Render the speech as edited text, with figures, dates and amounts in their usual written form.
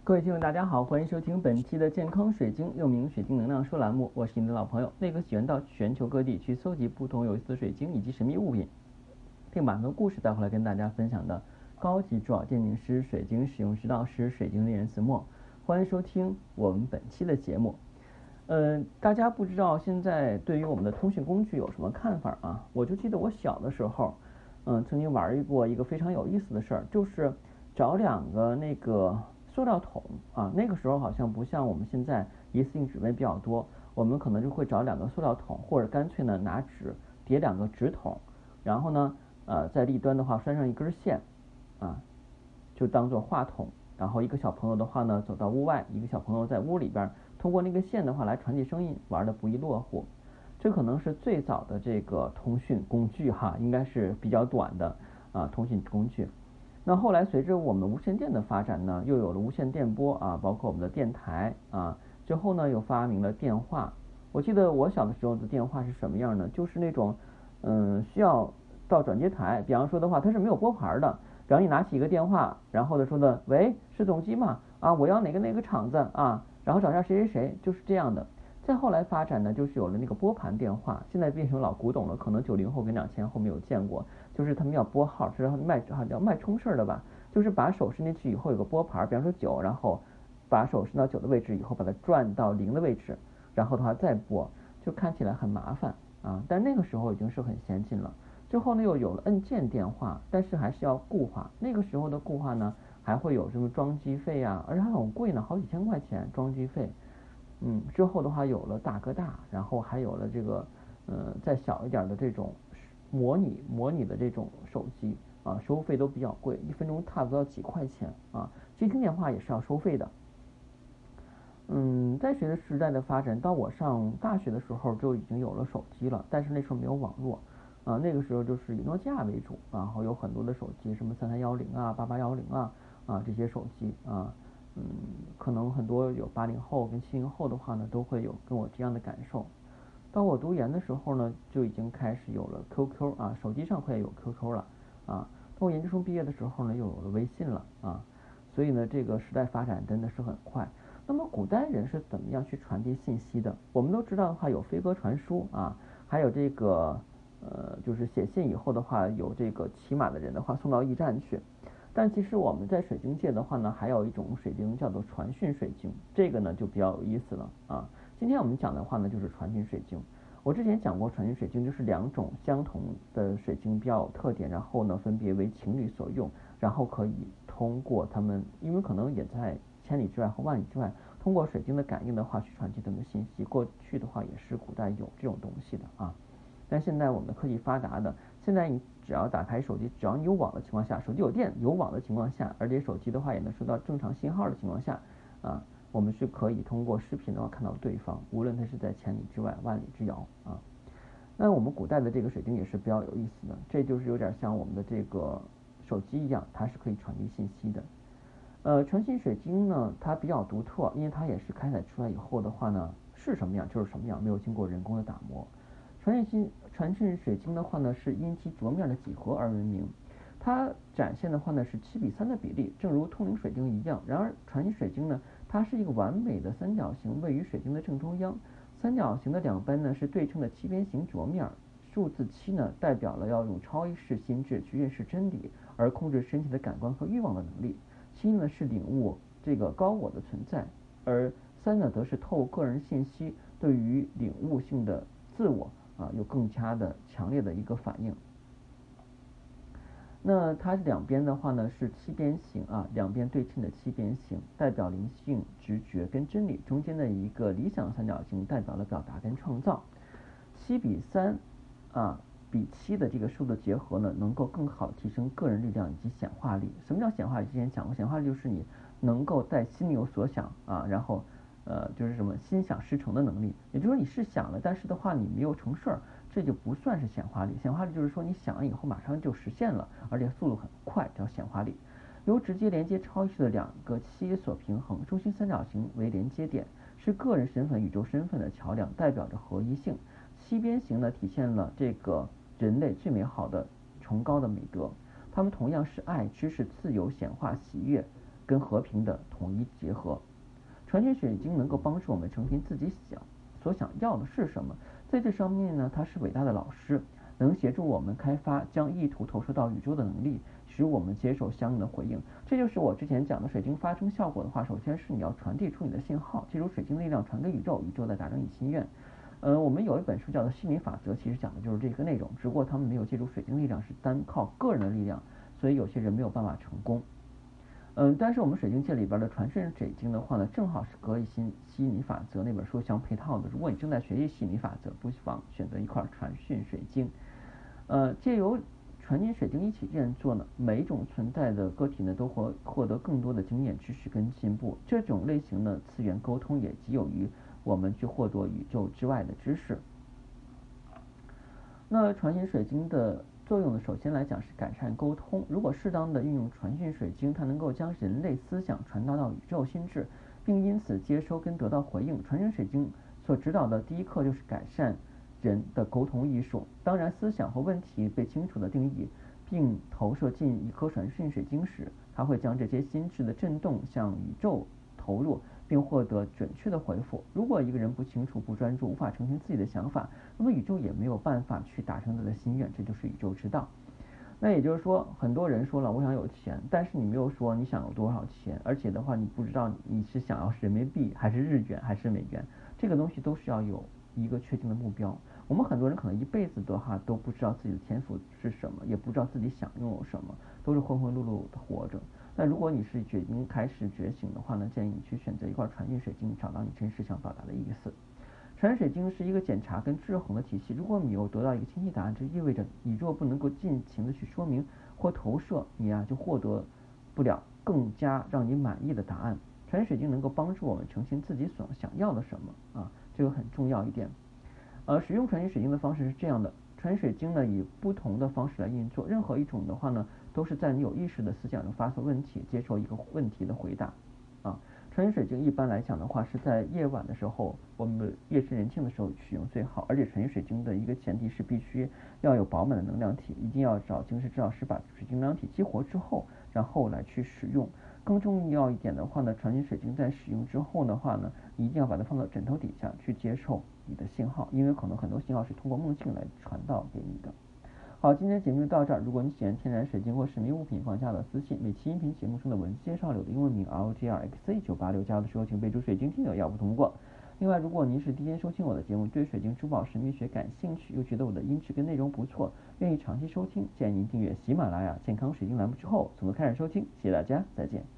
各位听众大家好，欢迎收听本期的健康水晶，又名水晶能量说栏目，我是你的老朋友，那个喜欢到全球各地去搜集不同有意思的水晶以及神秘物品，并把很多故事带回来跟大家分享的高级珠宝鉴定师、水晶使用指导师、水晶猎人子墨，欢迎收听我们本期的节目。大家不知道现在对于我们的通讯工具有什么看法啊？我就记得我小的时候，曾经玩过一个非常有意思的事儿，就是找两个那个塑料桶啊，那个时候好像不像我们现在一次性纸杯比较多，我们可能就会找两个塑料桶，或者干脆呢拿纸叠两个纸筒，然后呢在立端的话拴上一根线啊，就当做话筒，然后一个小朋友的话呢走到屋外，一个小朋友在屋里边通过那个线的话来传递声音，玩的不亦乐乎。这可能是最早的这个通讯工具哈，应该是比较短的通讯工具。那后来随着我们无线电的发展呢，又有了无线电波啊，包括我们的电台啊，之后呢又发明了电话。我记得我小的时候的电话是什么样呢？就是那种需要到转接台，比方说的话它是没有拨盘的，比方你拿起一个电话，然后的说的喂是总机吗？啊我要哪个厂子啊，然后找一下谁谁谁，就是这样的。再后来发展呢，就是有了那个拨盘电话，现在变成老古董了，可能90后跟2000后没有见过。就是他们要拨号，是要脉冲式的吧，就是把手伸进去以后有个拨盘，比方说9，然后把手伸到9的位置以后，把它转到0的位置，然后的话再拨，就看起来很麻烦啊。但那个时候已经是很先进了。之后呢又有了按键电话，但是还是要固话。那个时候的固话呢，还会有什么装机费啊，而且还很贵呢，好几千块钱装机费。之后的话有了大哥大，然后还有了这个再小一点的这种模拟的这种手机啊，收费都比较贵，1分钟差不多要几块钱啊。接听电话也是要收费的。在随着时代的发展，到我上大学的时候就已经有了手机了，但是那时候没有网络啊，那个时候就是以诺基亚为主，然后有很多的手机，什么3310啊、8810啊这些手机啊。可能很多有80后跟70后的话呢，都会有跟我这样的感受。到我读研的时候呢，就已经开始有了 QQ 啊，手机上会有 QQ 了啊。到我研究生毕业的时候呢，又有了微信了啊。所以呢，这个时代发展真的是很快。那么古代人是怎么样去传递信息的？我们都知道的话，有飞鸽传书啊，还有这个就是写信以后的话，有这个骑马的人的话送到驿站去。但其实我们在水晶界的话呢，还有一种水晶叫做传讯水晶，这个呢就比较有意思了啊。今天我们讲的话呢，就是传讯水晶。我之前讲过，传讯水晶就是2种相同的水晶比较有特点，然后呢分别为情侣所用，然后可以通过他们，因为可能也在千里之外和万里之外，通过水晶的感应的话去传递他们的信息。过去的话也是古代有这种东西的啊。但现在我们的科技发达的，现在你只要打开手机，只要你有网的情况下，手机有电有网的情况下，而且手机的话也能收到正常信号的情况下啊，我们是可以通过视频的话看到对方，无论他是在千里之外万里之遥啊。那我们古代的这个水晶也是比较有意思的，这就是有点像我们的这个手机一样，它是可以传递信息的。传信水晶呢，它比较独特，因为它也是开采出来以后的话呢，是什么样就是什么样，没有经过人工的打磨。传讯水晶的话呢，是因其琢面的几何而闻名。它展现的话呢是7:3的比例，正如通灵水晶一样。然而传讯水晶呢，它是一个完美的三角形，位于水晶的正中央。三角形的两边呢是对称的七边形琢面。数字7呢，代表了要用超意识心智去认识真理，而控制身体的感官和欲望的能力。7呢是领悟这个高我的存在，而3呢则是透过个人信息对于领悟性的自我有更加的强烈的一个反应。那它两边的话呢是七边形两边对称的七边形，代表灵性、直觉跟真理。中间的一个理想三角形代表了表达跟创造。7:3比7的这个数的结合呢，能够更好提升个人力量以及显化力。什么叫显化力？之前讲过，显化力就是你能够在心里有所想然后就是什么心想事成的能力。也就是说你是想了，但是的话你没有成事儿，这就不算是显化力。显化力就是说你想了以后马上就实现了，而且速度很快，叫显化力。由直接连接超意识的两个7所平衡，中心三角形为连接点，是个人身份、宇宙身份的桥梁，代表着合一性。七边形呢，体现了这个人类最美好的崇高的美德。它们同样是爱、知识、自由、显化、喜悦跟和平的统一结合。传讯水晶能够帮助我们成全自己所想要的是什么，在这上面呢，它是伟大的老师，能协助我们开发将意图投射到宇宙的能力，使我们接受相应的回应。这就是我之前讲的水晶发生效果的话，首先是你要传递出你的信号，借助水晶的力量传给宇宙，宇宙再达成你心愿。我们有一本书叫做吸引力法则，其实讲的就是这个内容，只不过他们没有借助水晶力量，是单靠个人的力量，所以有些人没有办法成功。但是我们水晶界里边的传讯水晶的话呢，正好是和吸引力法则那本书相配套的。如果你正在学习吸引力法则，不妨选择一块传讯水晶。借由传讯水晶一起运作呢，每一种存在的个体呢都会获得更多的经验知识跟进步。这种类型的次元沟通也极有于我们去获得宇宙之外的知识。那传讯水晶的作用呢，首先来讲是改善沟通。如果适当的运用传讯水晶，它能够将人类思想传达到宇宙心智，并因此接收跟得到回应。传讯水晶所指导的第一课就是改善人的沟通艺术。当然，思想和问题被清楚的定义，并投射进一颗传讯水晶时，它会将这些心智的震动向宇宙投入，并获得准确的回复。如果一个人不清楚、不专注，无法成全自己的想法，那么宇宙也没有办法去达成他的心愿，这就是宇宙之道。那也就是说，很多人说了我想有钱，但是你没有说你想有多少钱，而且的话你不知道你是想要人民币还是日元还是美元，这个东西都是要有一个确定的目标。我们很多人可能一辈子的话都不知道自己的天赋是什么，也不知道自己想拥有什么，都是浑浑碌碌的活着。那如果你是已经开始觉醒的话呢，建议你去选择一块传讯水晶，找到你真实想表达的意思。传讯水晶是一个检查跟制衡的体系，如果你有得到一个清晰答案，这意味着宇宙不能够尽情的去说明或投射，你就获得不了更加让你满意的答案。传讯水晶能够帮助我们呈现自己所想要的什么这个很重要一点。使用传讯水晶的方式是这样的，传讯水晶呢以不同的方式来运作，任何一种的话呢都是在你有意识的思想中发送问题，接受一个问题的回答。传讯水晶一般来讲的话是在夜晚的时候，我们夜深人静的时候使用最好，而且传讯水晶的一个前提是必须要有饱满的能量体，一定要找晶石制造师把水晶能量体激活之后，然后来去使用。更重要一点的话呢，传讯水晶在使用之后的话呢，你一定要把它放到枕头底下去接受你的信号，因为可能很多信号是通过梦境来传导给你的。好，今天节目就到这儿。如果你喜欢天然水晶或神秘物品，放下的私信，每期音频节目中的文字介绍里的英文名 ROGRXC986加入的时候，请备注水晶听友要不通过。另外，如果您是第一天收听我的节目，对水晶珠宝神秘学感兴趣，又觉得我的音质跟内容不错，愿意长期收听，建议您订阅喜马拉雅健康水晶栏目之后，从头开始收听。谢谢大家，再见。